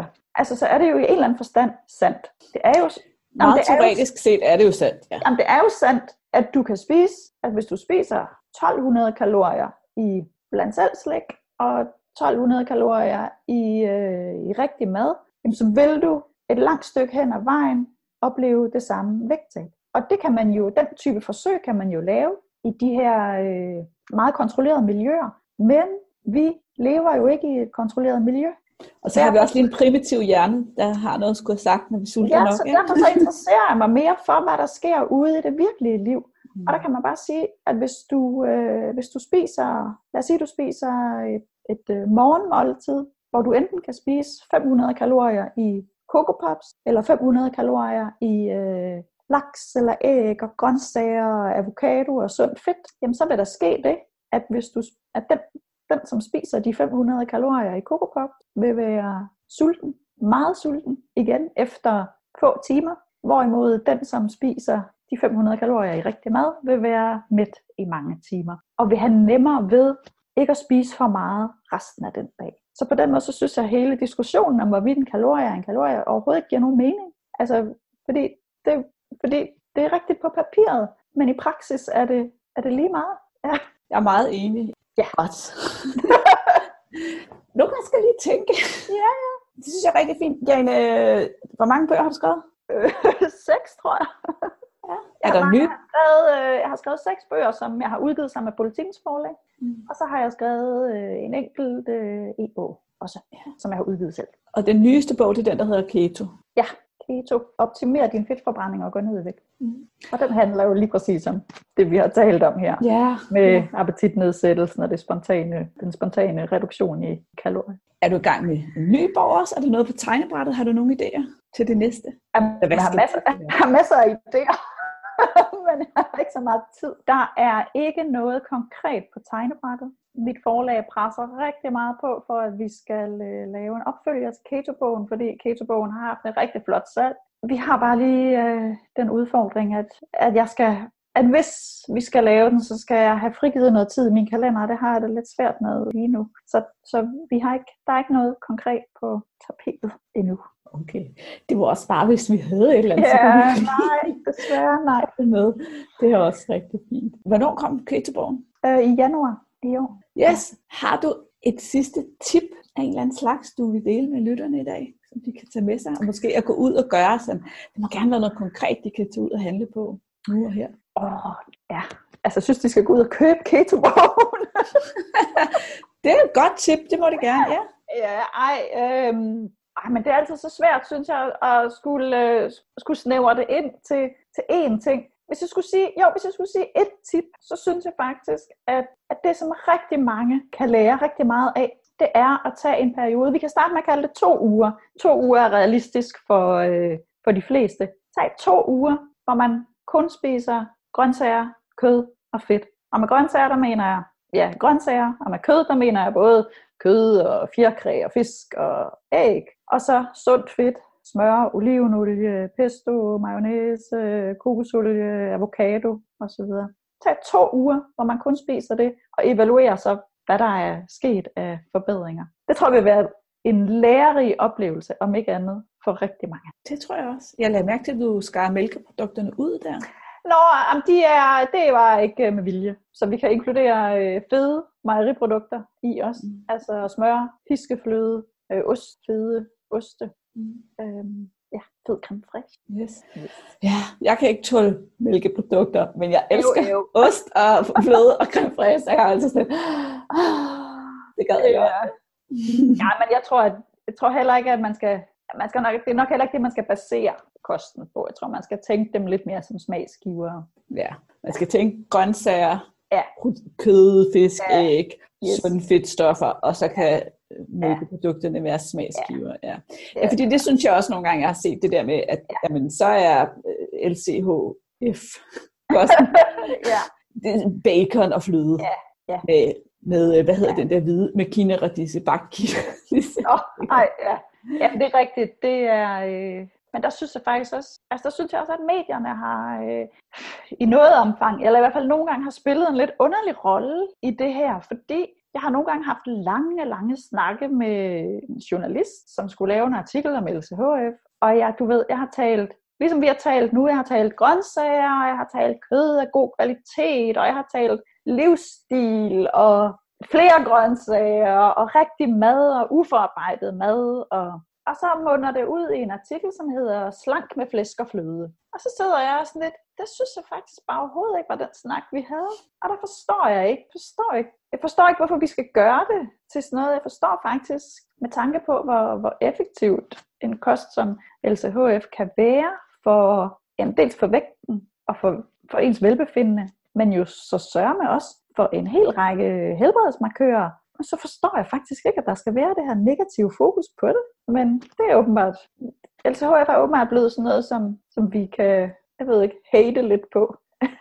så er det jo i en eller anden forstand sandt. Det er jo meget teoretisk set er det jo sandt. Ja. Jamen, det er jo sandt, at du kan spise, at hvis du spiser 1200 kalorier i blandt selv slik, og 1200 kalorier i rigtig mad, jamen, så vil du et langt stykke hen ad vejen opleve det samme vægttab. Og det kan man jo, den type forsøg kan man jo lave i de her meget kontrollerede miljøer, men vi lever jo ikke i et kontrolleret miljø. Og så har vi også lige en primitiv hjerne, der har noget at skulle have sagt, når vi sulter nok. Så derfor så interesserer jeg mig mere for, hvad der sker ude i det virkelige liv. Og der kan man bare sige, at hvis du spiser, lad os sige, du spiser et morgenmåltid, hvor du enten kan spise 500 kalorier i Coco Pops, eller 500 kalorier i laks eller æg og grøntsager og avocado og sundt fedt, jamen så vil der ske det, at den som spiser de 500 kalorier i Coco Pops, vil være sulten, meget sulten igen efter få timer, hvorimod den som spiser de 500 kalorier i rigtig mad, vil være mæt i mange timer, og vil have nemmere ved ikke at spise for meget resten af den dag. Så på den måde, så synes jeg, at hele diskussionen om, hvorvidt en kalorie er en kalorie, overhovedet ikke giver nogen mening. Altså, fordi det er rigtigt på papiret, men i praksis er det lige meget. Ja. Jeg er meget enig. Ja. Godt. Nu kan jeg lige tænke. Ja. Det synes jeg er rigtig fint. Jane, hvor mange bøger har du skrevet? 6, tror jeg. Ja. Er der nye? Jeg har skrevet 6 bøger, som jeg har udgivet sammen med Politikens Forlag. Og så har jeg skrevet en enkelt e-bog også, som jeg har udgivet selv. Og den nyeste bog, det er den, der hedder Keto. Ja, Keto. Optimer din fedtforbrænding og gå ned i vægt. Og den handler jo lige præcis om det, vi har talt om her. Ja. Med appetitnedsættelsen og den spontane reduktion i kalorier. Er du i gang med en ny bog også? Er der noget på tegnebrættet? Har du nogle idéer til det næste? Jeg har masser af idéer. men jeg har ikke så meget tid. Der er ikke noget konkret på tegnebrættet. Mit forlag presser rigtig meget på, for at vi skal lave en opfølger til Keto-bogen, fordi Keto-bogen har haft et rigtig flot salg. Vi har bare lige den udfordring, at hvis vi skal lave den, så skal jeg have frigivet noget tid i min kalender, og det har jeg det lidt svært med lige nu. Så der er ikke noget konkret på tapetet endnu. Okay. Det var også bare, hvis vi havde et eller andet. Ja, nej, desværre nej. Med. Det er også rigtig fint. Hvornår kom Keto-bogen? I januar i år. Yes. Har du et sidste tip af en eller anden slags, du vil dele med lytterne i dag, som de kan tage med sig, og måske at gå ud og gøre sådan? Det må gerne være noget konkret, de kan tage ud og handle på nu og her. Ja. Altså, jeg synes, de skal gå ud og købe Keto-bogen. Det er et godt tip, det må det gerne, ja. Men det er altid så svært, synes jeg, at skulle snævre det ind til én ting. Hvis jeg skulle sige et tip, så synes jeg faktisk, at det, som rigtig mange kan lære rigtig meget af, det er at tage en periode. Vi kan starte med at kalde det 2 uger. 2 uger er realistisk for de fleste. Tag 2 uger, hvor man kun spiser grøntsager, kød og fedt. Og med grøntsager, der mener jeg grøntsager, og med kød, der mener jeg både kød og fjerkræ og fisk og æg. Og så sundt fedt, smør, olivenolie, pesto, mayonnaise, kokosolie, avocado osv. Tag 2 uger, hvor man kun spiser det, og evaluerer så, hvad der er sket af forbedringer. Det tror jeg vil være en lærerig oplevelse, om ikke andet, for rigtig mange. Det tror jeg også. Jeg lader mærke til, at du skar mælkeprodukterne ud der. Det var ikke med vilje. Så vi kan inkludere fede mejeriprodukter i os. Altså smør, fiskefløde, ost, fede oste. Fed creme fraiche. Yes. Ja, jeg kan ikke tåle mælkeprodukter, men jeg elsker ost og fløde og creme fraiche. Jeg har altid sådan, det gad jeg godt. Ja, men jeg tror heller ikke, at man skal nok, det er nok heller ikke det, man skal basere kosten på. Jeg tror, man skal tænke dem lidt mere som smagsgiver. Ja, man skal tænke grøntsager, kød, fisk, æg, sunde fedtstoffer, og så kan mælkeprodukterne være smagsgiver. Ja, fordi det synes jeg også nogle gange, jeg har set det der med, at jamen, så er LCHF kosten, bacon og fløde. Med hvad hedder den der hvide, med kineradisse, bakkirradisse. Ja, det er rigtigt. Det er, men der synes jeg faktisk også, at medierne har i noget omfang, eller i hvert fald nogle gange har spillet en lidt underlig rolle i det her, fordi jeg har nogle gange haft lange snakke med en journalist, som skulle lave en artikel om LCHF, og jeg har talt, ligesom vi har talt nu, jeg har talt grøntsager, og jeg har talt kød af god kvalitet, og jeg har talt livsstil og flere grøntsager og rigtig mad og uforarbejdet mad. Og så munder det ud i en artikel, som hedder Slank med flæsk og fløde. Og så sidder jeg sådan lidt, det synes jeg faktisk bare overhovedet ikke var den snak, vi havde. Og der forstår jeg ikke. Jeg forstår ikke, hvorfor vi skal gøre det til sådan noget. Jeg forstår faktisk med tanke på, hvor effektivt en kost som LCHF kan være for dels for vægten og for ens velbefindende, men jo så sørger med også for en hel række helbredsmarkører. Og så forstår jeg faktisk ikke, at der skal være det her negative fokus på det. Men det er åbenbart, LCHF er åbenbart blevet sådan noget, som vi kan, jeg ved ikke, hate lidt på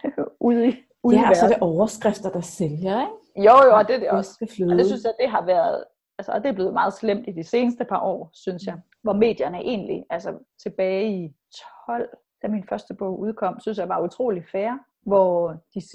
ude i verden. Ja, og så er det overskrifter, der sælger, ikke? Jo, og det er det også. Og det synes jeg, det har været, altså det er blevet meget slemt i de seneste par år, synes jeg. Hvor medierne egentlig, altså tilbage i 12, da min første bog udkom, synes jeg var utrolig fair. Hvor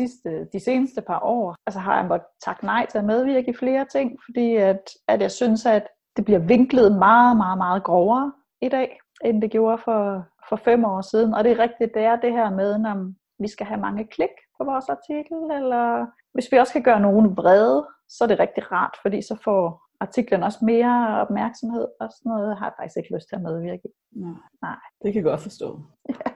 de seneste par år, altså har jeg måttet takke nej til at medvirke i flere ting, fordi at jeg synes, at det bliver vinklet meget, meget, meget grovere i dag, end det gjorde for 5 år siden. Og det er rigtigt, det er det her med, når vi skal have mange klik på vores artikel, eller hvis vi også kan gøre nogen vrede, så er det rigtig rart, fordi så får artiklen også mere opmærksomhed, og sådan noget har jeg faktisk ikke lyst til at medvirke i. Nej. Det kan jeg godt forstå. Ja.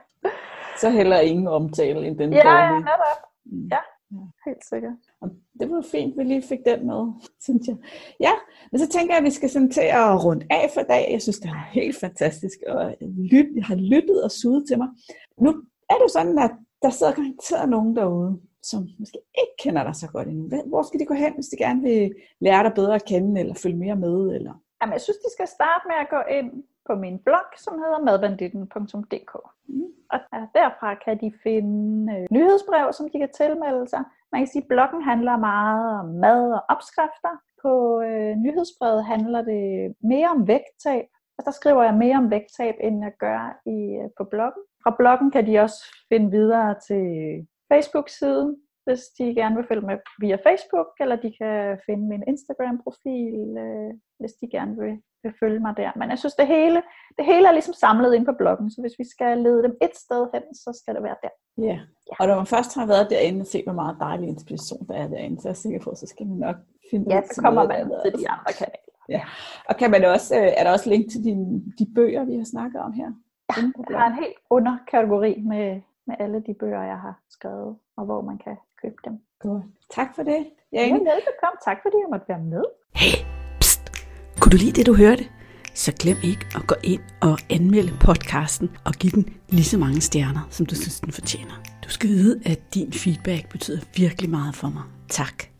Så heller ingen omtale end den dårlige. Ja, netop. Ja, helt sikkert. Og det var fint, vi lige fik den med, synes jeg. Ja, men så tænker jeg, at vi skal sådan til at runde af for i dag. Jeg synes, det er helt fantastisk, og jeg har lyttet og suget til mig. Nu er det sådan, at der sidder garanteret nogen derude, som måske ikke kender dig så godt endnu. Hvor skal de gå hen, hvis de gerne vil lære dig bedre at kende, eller følge mere med? Eller? Jamen, jeg synes, de skal starte med at gå ind på min blog, som hedder madbanditten.dk. Og derfra kan de finde nyhedsbrev, som de kan tilmelde sig. Man kan sige, at bloggen handler meget om mad og opskrifter. På nyhedsbrevet handler det mere om vægttab. Der skriver jeg mere om vægttab, end jeg gør på bloggen. Fra bloggen kan de også finde videre til Facebook-siden, hvis de gerne vil følge med via Facebook, eller de kan finde min Instagram-profil, hvis de gerne vil følge mig der. Men jeg synes, det hele er ligesom samlet inde på bloggen, så hvis vi skal lede dem et sted hen, så skal det være der. Ja, og når man først har været derinde og set, hvor meget dejlig inspiration der er derinde, så er jeg sikker på, så skal man nok finde ja, så kommer man til de andre kanaler. Ja. Og kan man også, er der også link til de bøger, vi har snakket om her? Ja, der er en helt underkategori med alle de bøger, jeg har skrevet, og hvor man kan købe dem. Godt. Tak for det. Ja, velbekomme. Tak fordi jeg måtte være med. Hey, pst. Kunne du lide det, du hørte? Så glem ikke at gå ind og anmelde podcasten og give den lige så mange stjerner, som du synes, den fortjener. Du skal vide, at din feedback betyder virkelig meget for mig. Tak.